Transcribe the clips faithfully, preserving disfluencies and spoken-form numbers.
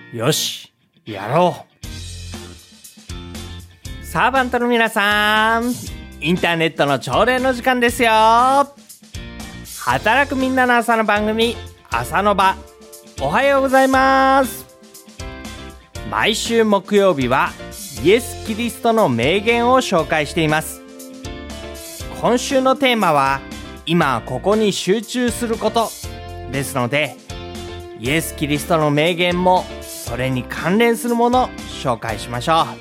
よし、やろう。サーバントの皆さん、インターネットの朝礼の時間ですよ。働くみんなの朝の番組、朝の場。おはようございます。毎週木曜日はイエス・キリストの名言を紹介しています。今週のテーマは、今ここに集中することですので、イエス・キリストの名言もそれに関連するものを紹介しましょ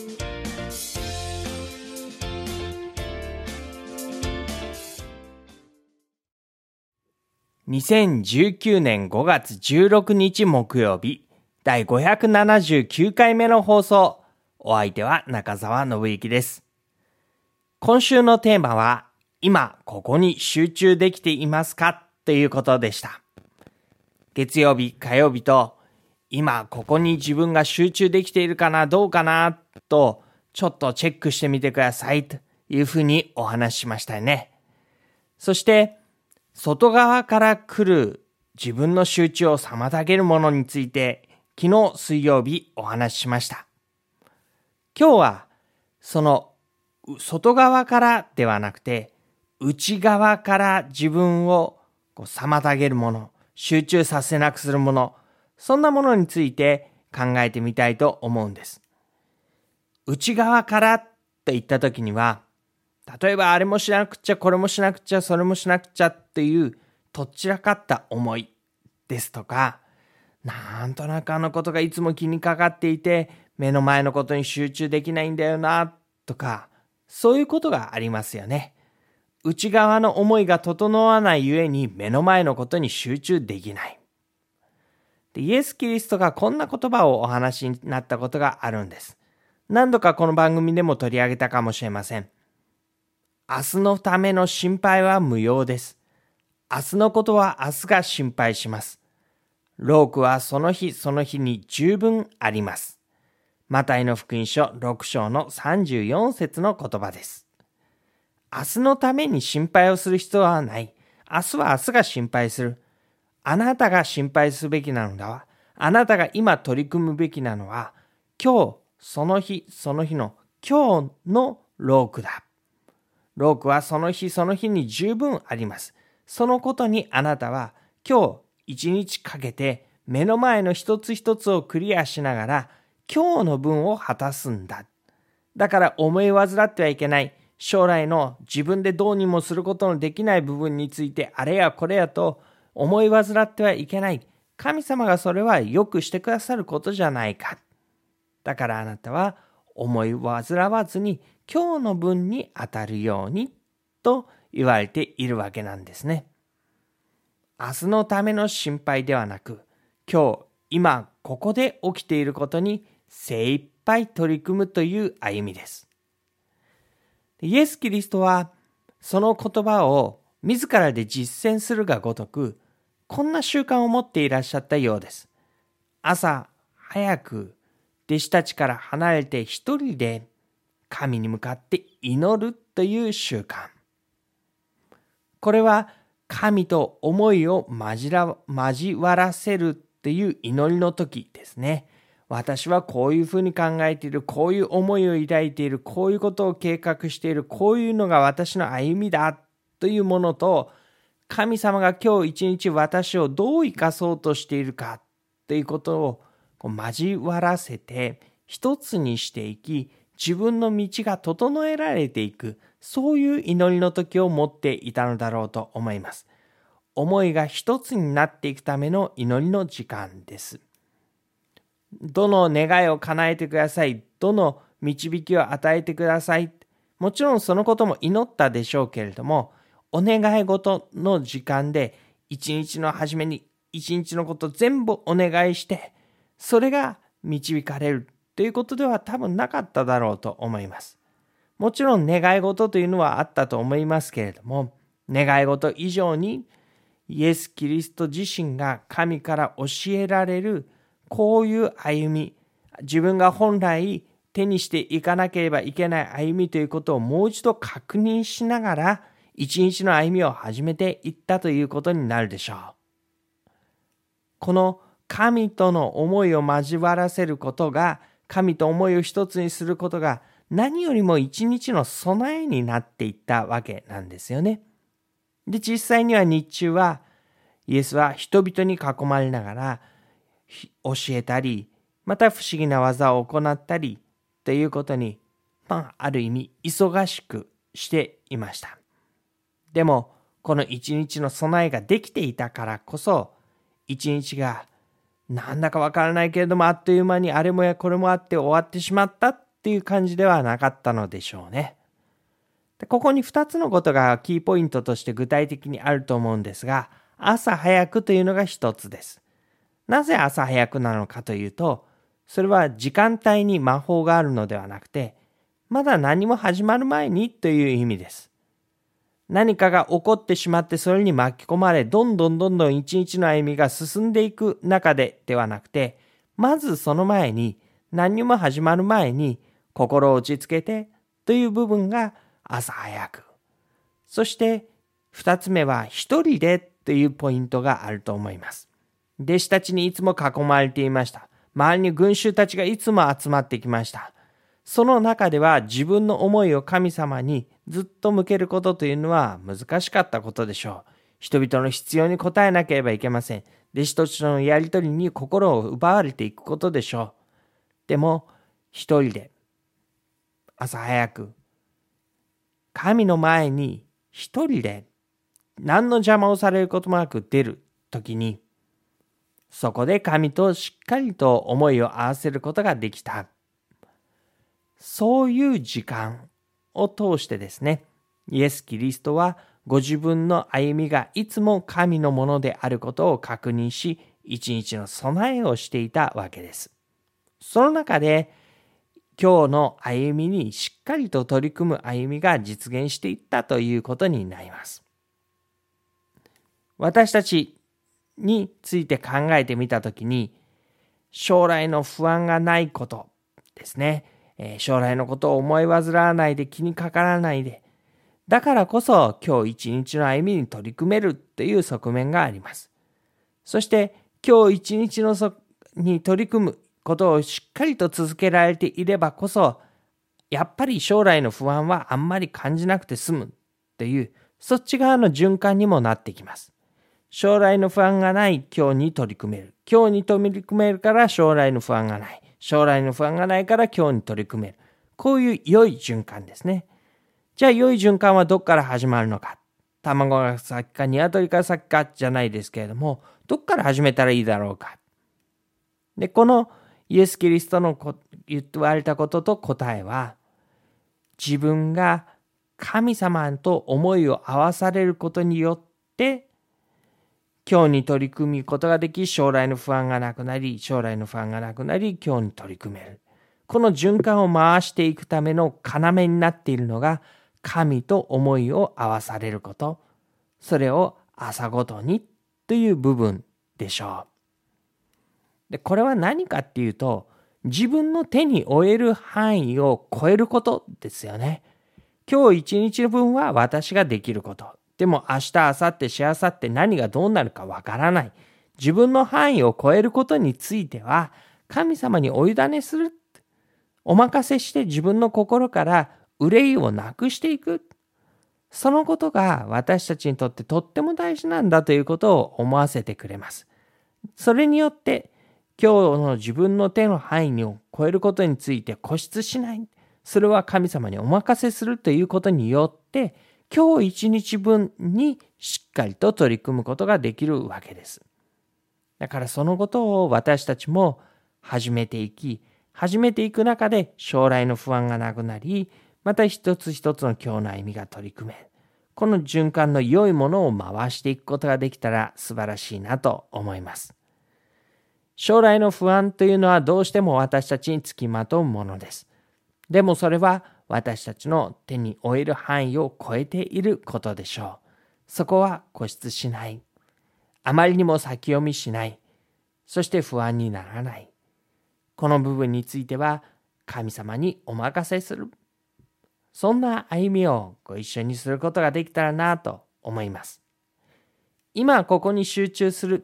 う。にせんじゅうきゅうねんごがつじゅうろくにち木曜日、だいごひゃくななじゅうきゅうかいめの放送。お相手は中澤信之です。今週のテーマは、今ここに集中できていますかということでした。月曜日、火曜日と、今ここに自分が集中できているかな、どうかなと、ちょっとチェックしてみてくださいというふうにお話ししましたよね。そして、外側から来る自分の集中を妨げるものについて、昨日水曜日お話ししました。今日は、その外側からではなくて、内側から自分をこう妨げるもの、集中させなくするもの、そんなものについて考えてみたいと思うんです。内側からと言ったときには、例えばあれもしなくちゃ、これもしなくちゃ、それもしなくちゃっていうとっちらかった思いですとか、なんとなくあのことがいつも気にかかっていて、目の前のことに集中できないんだよなとか、そういうことがありますよね。内側の思いが整わないゆえに目の前のことに集中できない。で、イエス・キリストがこんな言葉をお話になったことがあるんです。何度かこの番組でも取り上げたかもしれません。明日のための心配は無用です。明日のことは明日が心配します。労苦はその日その日に十分あります。マタイの福音書ろくしょうのさんじゅうよんせつの言葉です。明日のために心配をする必要はない。明日は明日が心配する。あなたが心配すべきなのだわ。あなたが今取り組むべきなのは、今日、その日、その日の今日の労苦だ。労苦はその日その日に十分あります。そのことにあなたは今日一日かけて目の前の一つ一つをクリアしながら今日の分を果たすんだ。だから思い煩ってはいけない。将来の自分でどうにもすることのできない部分についてあれやこれやと思い煩ってはいけない。神様がそれはよくしてくださることじゃないか。だからあなたは思い煩わずに今日の分に当たるようにと言われているわけなんですね。明日のための心配ではなく、今日、今、ここで起きていることに精一杯取り組むという歩みです。イエス・キリストはその言葉を自らで実践するがごとく、こんな習慣を持っていらっしゃったようです。朝早く弟子たちから離れて一人で神に向かって祈るという習慣。これは神と思いを交ら、交わらせるという祈りの時ですね。私はこういうふうに考えている、こういう思いを抱いている、こういうことを計画している、こういうのが私の歩みだというものと、神様が今日一日私をどう生かそうとしているかということをこう交わらせて一つにしていき、自分の道が整えられていく、そういう祈りの時を持っていたのだろうと思います。思いが一つになっていくための祈りの時間です。どの願いを叶えてください。どの導きを与えてください。もちろんそのことも祈ったでしょうけれども、お願い事の時間で一日の初めに一日のこと全部お願いして、それが導かれるということでは多分なかっただろうと思います。もちろん願い事というのはあったと思いますけれども、願い事以上にイエス・キリスト自身が神から教えられるこういう歩み、自分が本来手にしていかなければいけない歩みということをもう一度確認しながら一日の歩みを始めていったということになるでしょう。この神との思いを交わらせることが、神と思いを一つにすることが、何よりも一日の備えになっていったわけなんですよね。で、実際には日中は、イエスは人々に囲まれながら教えたり、また不思議な技を行ったりということに、まあ、ある意味忙しくしていました。でも、この一日の備えができていたからこそ、一日がなんだかわからないけれども、あっという間にあれもやこれもあって終わってしまったっていう感じではなかったのでしょうね。で、ここに二つのことがキーポイントとして具体的にあると思うんですが、朝早くというのが一つです。なぜ朝早くなのかというと、それは時間帯に魔法があるのではなくて、まだ何も始まる前にという意味です。何かが起こってしまってそれに巻き込まれ、どんどんどんどん一日の歩みが進んでいく中でではなくて、まずその前に、何にも始まる前に心を落ち着けてという部分が朝早く。そして二つ目は一人でというポイントがあると思います。弟子たちにいつも囲まれていました。周りに群衆たちがいつも集まってきました。その中では自分の思いを神様にずっと向けることというのは難しかったことでしょう。人々の必要に応えなければいけません。弟子たちとのやりとりに心を奪われていくことでしょう。でも一人で朝早く神の前に一人で何の邪魔をされることもなく出るときに、そこで神としっかりと思いを合わせることができた。そういう時間を通してですね、イエス・キリストはご自分の歩みがいつも神のものであることを確認し、一日の備えをしていたわけです。その中で、今日の歩みにしっかりと取り組む歩みが実現していったということになります。私たちについて考えてみたときに、将来の不安がないことですね。将来のことを思い煩わないで、気にかからないで、だからこそ今日一日の歩みに取り組めるという側面があります。そして今日一日のそに取り組むことをしっかりと続けられていればこそ、やっぱり将来の不安はあんまり感じなくて済むという、そっち側の循環にもなってきます。将来の不安がない今日に取り組める。今日に取り組めるから将来の不安がない。将来の不安がないから今日に取り組める。こういう良い循環ですね。じゃあ良い循環はどこから始まるのか。卵が先か鶏が先かじゃないですけれども、どこから始めたらいいだろうか。で、このイエス・キリストの言われたことと答えは、自分が神様と思いを合わされることによって、今日に取り組むことができ、将来の不安がなくなり、将来の不安がなくなり、今日に取り組める。この循環を回していくための要になっているのが、神と思いを合わされること。それを朝ごとにという部分でしょう。で、これは何かっていうと、自分の手に負える範囲を超えることですよね。今日一日分は私ができること。でも明日、明後日、しあさって何がどうなるかわからない。自分の範囲を超えることについては、神様にお委ねする。お任せして自分の心から憂いをなくしていく。そのことが私たちにとってとっても大事なんだということを思わせてくれます。それによって、今日の自分の手の範囲を超えることについて固執しない。それは神様にお任せするということによって、今日一日分にしっかりと取り組むことができるわけです。だからそのことを私たちも始めていき、始めていく中で将来の不安がなくなり、また一つ一つの今日の歩みが取り組める。この循環の良いものを回していくことができたら素晴らしいなと思います。将来の不安というのはどうしても私たちにつきまとうものです。でもそれは私たちの手に負える範囲を超えていることでしょう。そこは固執しない。あまりにも先読みしない。そして不安にならない。この部分については神様にお任せする。そんな歩みをご一緒にすることができたらなと思います。今ここに集中する。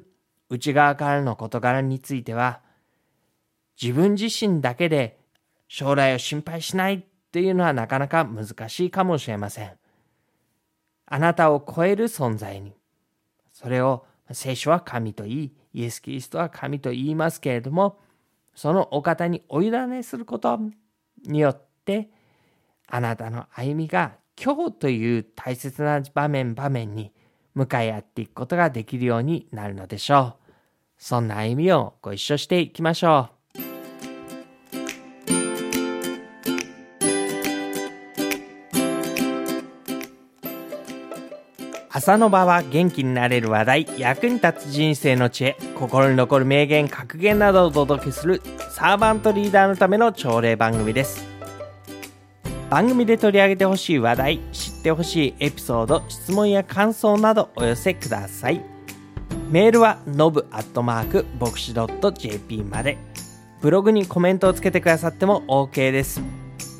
内側からの事柄については、自分自身だけで将来を心配しないっていうのはなかなか難しいかもしれません。あなたを超える存在に、それを聖書は神と言い、イエス・キリストは神と言いますけれども、そのお方にお委ねすることによって、あなたの歩みが今日という大切な場面場面に向かい合っていくことができるようになるのでしょう。そんな歩みをご一緒していきましょう。朝の場は元気になれる話題、役に立つ人生の知恵、心に残る名言、格言などをお届けするサーバントリーダーのための朝礼番組です。番組で取り上げてほしい話題、知ってほしいエピソード、質問や感想などお寄せください。メールは ノブ アットマーク ボクシ ドット ジェーピー まで。ブログにコメントをつけてくださっても OK です。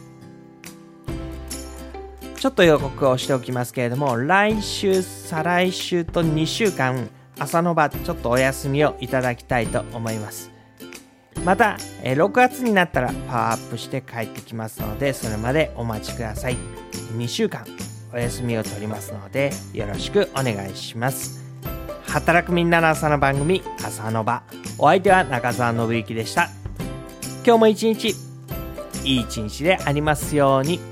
ちょっと予告をしておきますけれども、来週、再来週とにしゅうかん、朝の場ちょっとお休みをいただきたいと思います。また、ろくがつになったらパワーアップして帰ってきますので、それまでお待ちください。にしゅうかんお休みを取りますので、よろしくお願いします。働くみんなの朝の番組、朝の場。お相手は中澤信之でした。今日も一日、いい一日でありますように。